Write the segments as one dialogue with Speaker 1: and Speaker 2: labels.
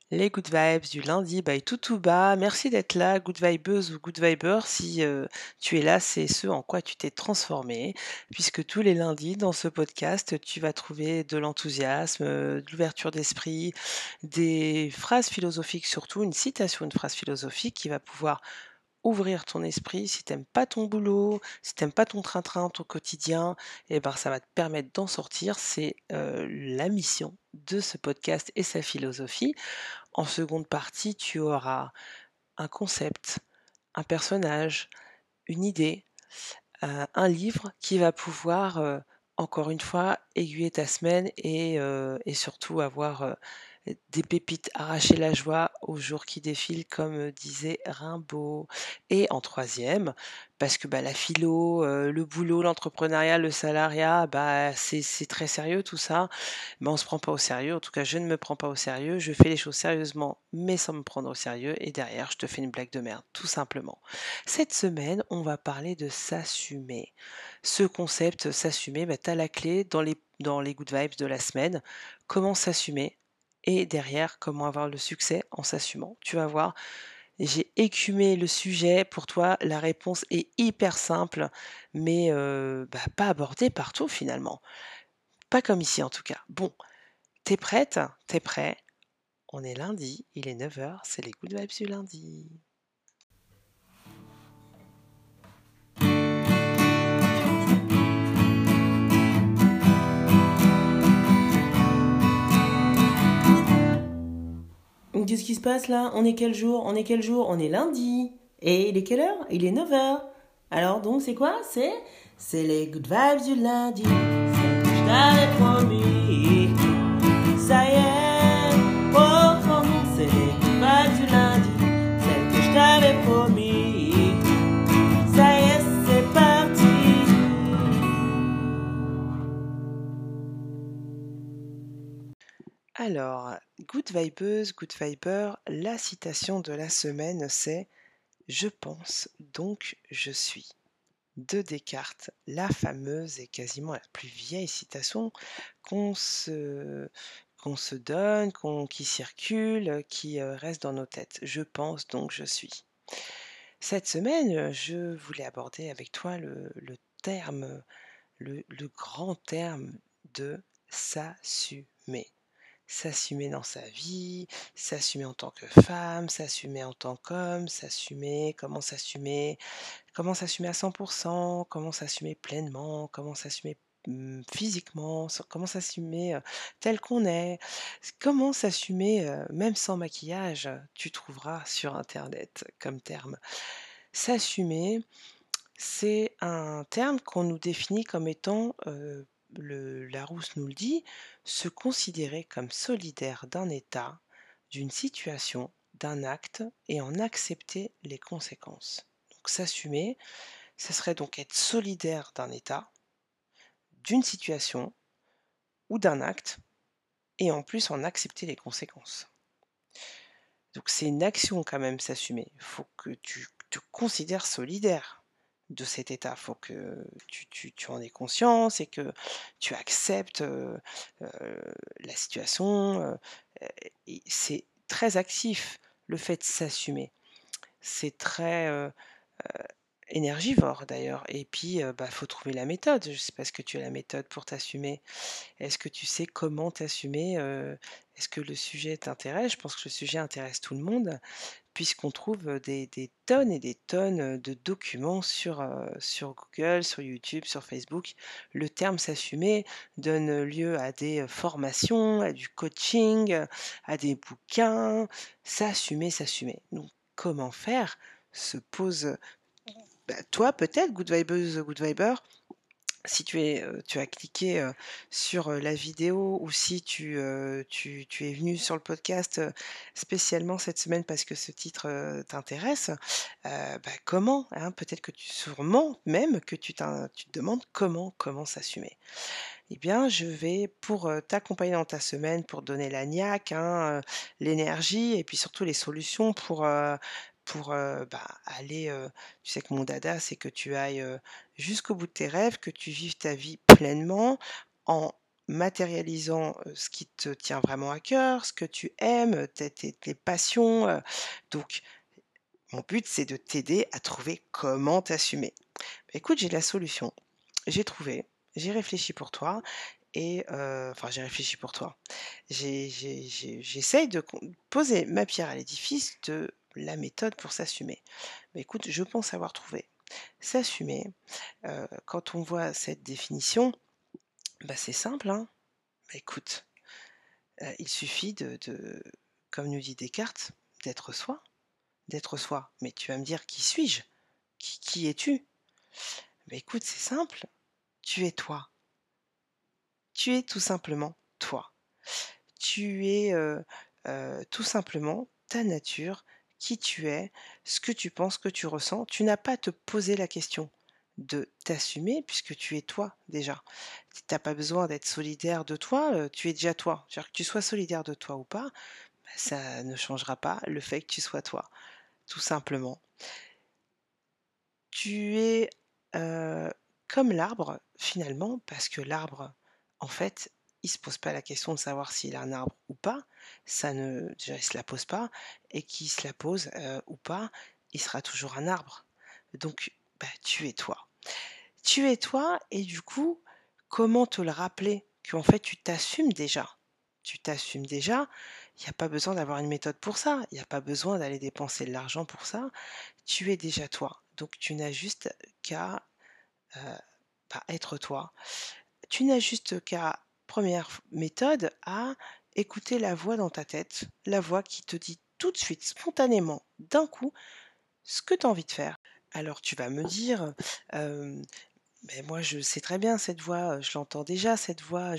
Speaker 1: Les good vibes du lundi by Toutouba. Merci d'être là, good vibeuse ou good viber. Si tu es là, c'est ce en quoi tu t'es transformé, puisque tous les lundis, dans ce podcast, tu vas trouver de l'enthousiasme, de l'ouverture d'esprit, des phrases philosophiques surtout, une citation, une phrase philosophique qui va pouvoir ouvrir ton esprit. Si t'aimes pas ton boulot, si t'aimes pas ton train-train, ton quotidien, et ben ça va te permettre d'en sortir. C'est la mission de ce podcast et sa philosophie. En seconde partie, tu auras un concept, un personnage, une idée, un livre qui va pouvoir, encore une fois, aiguiller ta semaine et surtout avoir, des pépites, arracher la joie aux jours qui défilent comme, disait Rimbaud. Et en troisième, parce que, bah, la philo, le boulot, l'entrepreneuriat, le salariat, bah, c'est très sérieux tout ça, mais on se prend pas au sérieux. En tout cas, je ne me prends pas au sérieux. Je fais les choses sérieusement, mais sans me prendre au sérieux et derrière, je te fais une blague de merde, tout simplement. Cette semaine, on va parler de s'assumer. Ce concept, s'assumer, bah, tu as la clé dans les good vibes de la semaine. Comment s'assumer et derrière, comment avoir le succès en s'assumant. Tu vas voir, j'ai écumé le sujet. Pour toi, la réponse est hyper simple, mais bah, pas abordée partout finalement. Pas comme ici en tout cas. Bon, t'es prête? T'es prêt? On est lundi, il est 9 heures. C'est les good vibes du lundi. Qu'est-ce qui se passe là? On est quel jour? On est quel jour? On est lundi. Et il est quelle heure? Il est 9 heures. Alors donc c'est quoi? C'est les good vibes du lundi. Celle que je t'avais promis. Ça y est, oh, c'est les good vibes du lundi. Celle que je t'avais promis. Ça y est, c'est parti. Alors, good vibeuse, good viber, la citation de la semaine c'est je pense, donc je suis. De Descartes, la fameuse et quasiment la plus vieille citation qu'on se, qu'on se donne, qui circule, qui reste dans nos têtes. Je pense, donc je suis. Cette semaine, je voulais aborder avec toi le terme, le grand terme de s'assumer. S'assumer dans sa vie, s'assumer en tant que femme, s'assumer en tant qu'homme, comment s'assumer à 100%, comment s'assumer pleinement, comment s'assumer physiquement, comment s'assumer tel qu'on est, comment s'assumer même sans maquillage, tu trouveras sur Internet comme terme. S'assumer, c'est un terme qu'on nous définit comme étant, Larousse nous le dit, se considérer comme solidaire d'un état, d'une situation, d'un acte et en accepter les conséquences. Donc s'assumer, ce serait donc être solidaire d'un état, d'une situation ou d'un acte et en plus en accepter les conséquences. Donc c'est une action quand même s'assumer. Il faut que tu te considères solidaire de cet état. Il faut que tu en aies conscience et que tu acceptes la situation. Et c'est très actif le fait de s'assumer. C'est très énergivore d'ailleurs. Et puis, bah, faut trouver la méthode. Je ne sais pas ce que tu as la méthode pour t'assumer. Est-ce que tu sais comment t'assumer? Est-ce que le sujet t'intéresse? Je pense que le sujet intéresse tout le monde, puisqu'on trouve, des tonnes et des tonnes, de documents sur Google, sur YouTube, sur Facebook. Le terme «s'assumer» donne, lieu à des, formations, à du coaching, à des bouquins. S'assumer, s'assumer. Donc comment faire? Se pose, bah, toi peut-être, good vibeuse, good viber, si tu as cliqué, sur, la vidéo ou si tu es venu sur le podcast, spécialement cette semaine parce que ce titre, t'intéresse, bah, comment, hein? Peut-être que sûrement même que tu te demandes comment s'assumer? Eh bien, je vais pour, t'accompagner dans ta semaine, pour te donner la niaque, hein, l'énergie et puis surtout les solutions pour, bah, aller, tu sais que mon dada, c'est que tu ailles, jusqu'au bout de tes rêves, que tu vives ta vie pleinement en matérialisant, ce qui te tient vraiment à cœur, ce que tu aimes, tes passions, donc mon but, c'est de t'aider à trouver comment t'assumer. Écoute, j'ai la solution. J'ai trouvé, j'ai réfléchi pour toi et enfin j'ai réfléchi pour toi. J'essaye de poser ma pierre à l'édifice de la méthode pour s'assumer. Bah, écoute, je pense avoir trouvé. S'assumer, quand on voit cette définition, bah, c'est simple, hein. Bah, écoute, il suffit de comme nous dit Descartes, d'être soi, d'être soi. Mais tu vas me dire: «Qui suis-je? Qui es-tu?» Bah, écoute, c'est simple, tu es toi. Tu es tout simplement toi. Tu es, tout simplement ta nature, qui tu es, ce que tu penses, ce que tu ressens. Tu n'as pas à te poser la question de t'assumer puisque tu es toi déjà. Tu as pas besoin d'être solidaire de toi, tu es déjà toi. C'est-à-dire que tu sois solidaire de toi ou pas, bah, ça ne changera pas le fait que tu sois toi, tout simplement. Tu es, heu, comme l'arbre finalement parce que l'arbre, en fait, il se pose pas la question de savoir s'il a un arbre ou pas. Ça ne déjà il se la pose pas et qu'il se la pose, ou pas, il sera toujours un arbre. Donc, bah, tu es toi. Tu es toi et du coup, comment te le rappeler qu'en fait tu t'assumes déjà? Tu t'assumes déjà, il y a pas besoin d'avoir une méthode pour ça, il y a pas besoin d'aller dépenser de l'argent pour ça. Tu es déjà toi, donc tu n'as juste qu'à, heu, bah, être toi. Tu n'as juste qu'à, première méthode, à écouter la voix dans ta tête, la voix qui te dit tout de suite, spontanément, d'un coup, ce que tu as envie de faire. Alors tu vas me dire, hem: «Mais moi je sais très bien cette voix, je l'entends déjà cette voix,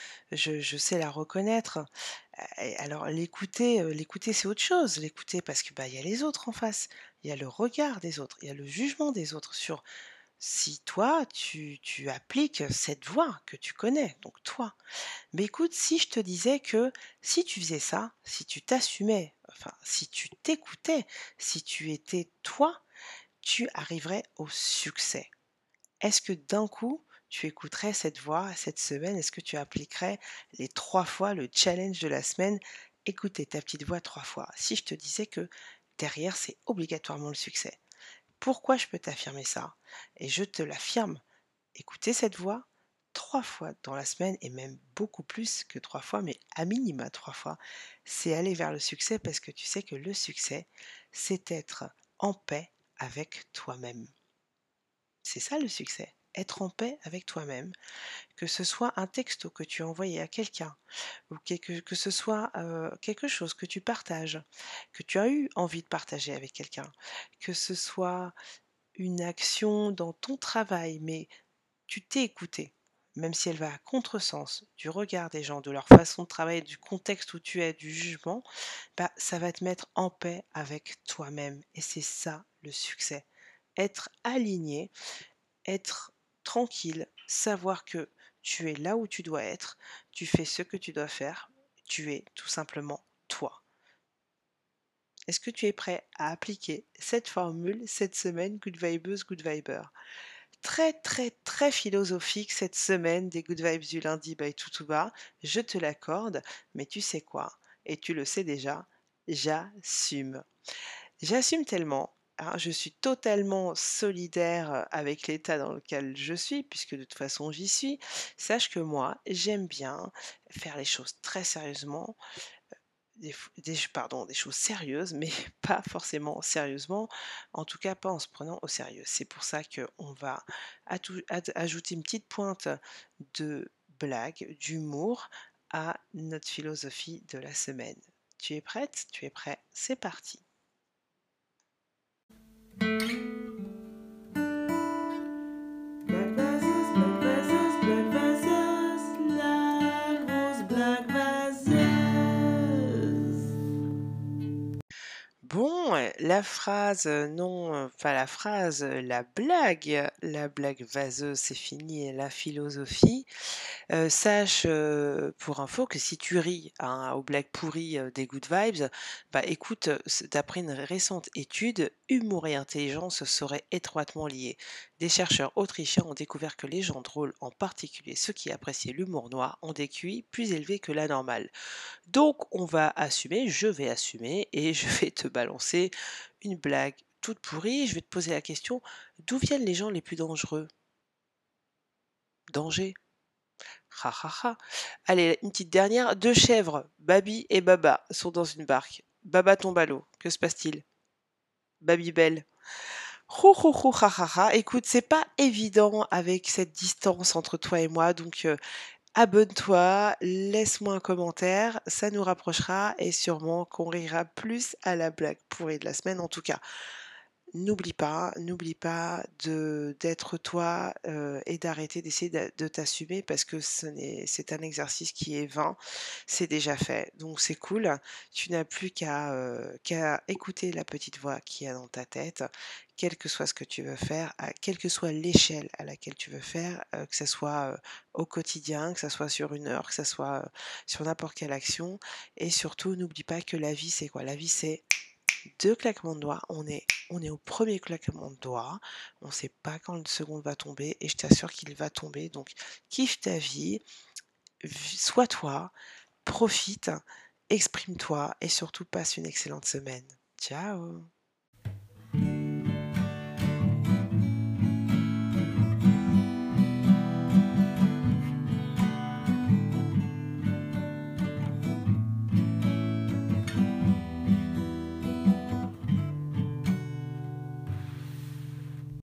Speaker 1: je sais la reconnaître». Et alors l'écouter c'est autre chose, l'écouter parce que, bah, il y a les autres en face. Il y a le regard des autres, il y a le jugement des autres sur si toi tu appliques cette voix que tu connais, donc toi. Mais écoute, si je te disais que si tu faisais ça, si tu t'assumais, enfin si tu t'écoutais, si tu étais toi, tu arriverais au succès. Est-ce que d'un coup, tu écouterais cette voix cette semaine? Est-ce que tu appliquerais les 3 fois le challenge de la semaine, écouter ta petite voix 3 fois? Si je te disais que derrière, c'est obligatoirement le succès. Pourquoi je peux t'affirmer ça? Et je te l'affirme, écouter cette voix 3 fois dans la semaine et même beaucoup plus que 3 fois, mais à minima 3 fois, c'est aller vers le succès parce que tu sais que le succès, c'est être en paix avec toi-même. C'est ça le succès, être en paix avec toi-même, que ce soit un texto que tu as envoyé à quelqu'un ou que ce soit, quelque chose que tu partages, que tu as eu envie de partager avec quelqu'un, que ce soit une action dans ton travail, mais tu t'es écouté, même si elle va à contresens du regard des gens, de leur façon de travailler, du contexte où tu es, du jugement, bah, ça va te mettre en paix avec toi-même et c'est ça le succès. Être aligné, être tranquille, savoir que tu es là où tu dois être, tu fais ce que tu dois faire, tu es tout simplement toi. Est-ce que tu es prêt à appliquer cette formule cette semaine, Good Vibeuse, Good Viber? Très, très, très philosophique cette semaine des Good Vibes du lundi by Toutouba, je te l'accorde, mais tu sais quoi? Et tu le sais déjà, j'assume. J'assume tellement, hein, je suis totalement solidaire, avec l'état dans lequel je suis, puisque de toute façon j'y suis. Sache que moi, j'aime bien faire les choses très sérieusement, des choses sérieuses, mais pas forcément sérieusement, en tout cas pas en se prenant au sérieux. C'est pour ça qu'on va ajouter une petite pointe de blague, d'humour à notre philosophie de la semaine. Tu es prête? Tu es prêt? C'est parti. Black vases, black vases, black vases, la grosse black vaseuse. Bon, la phrase, non, pas la phrase, la blague vaseuse, c'est fini et la philosophie. Sache, pour info que si tu ris, hein, aux blagues pourries, des good vibes, bah, écoute, d'après une récente étude, humour et intelligence seraient étroitement liés. Des chercheurs autrichiens ont découvert que les gens drôles, en particulier ceux qui appréciaient l'humour noir, ont des QI plus élevés que la normale. Donc on va assumer, je vais assumer et je vais te balancer une blague toute pourrie. Je vais te poser la question: d'où viennent les gens les plus dangereux? Danger. Ha ha ha. Allez, une petite dernière. Deux chèvres, Babi et Baba, sont dans une barque. Baba tombe à l'eau. Que se passe-t-il? Babybel. Hou hou hou ha ha ha. Écoute, c'est pas évident avec cette distance entre toi et moi, donc abonne-toi, laisse-moi un commentaire, ça nous rapprochera et sûrement qu'on rira plus à la blague pourrie de la semaine. En tout cas, n'oublie pas de d'être toi, et d'arrêter d'essayer de t'assumer parce que c'est un exercice qui est vain, c'est déjà fait, donc c'est cool. Tu n'as plus qu'à écouter la petite voix qu'il y a dans ta tête, quel que soit ce que tu veux faire, à quelle que soit l'échelle à laquelle tu veux faire, que ça soit, au quotidien, que ça soit sur une heure, que ça soit, sur n'importe quelle action et surtout n'oublie pas que la vie, c'est quoi? La vie, c'est 2 claquements de doigts, on est au premier claquement de doigts, on ne sait pas quand le second va tomber et je t'assure qu'il va tomber donc kiffe ta vie, sois toi, profite, exprime-toi et surtout passe une excellente semaine. Ciao!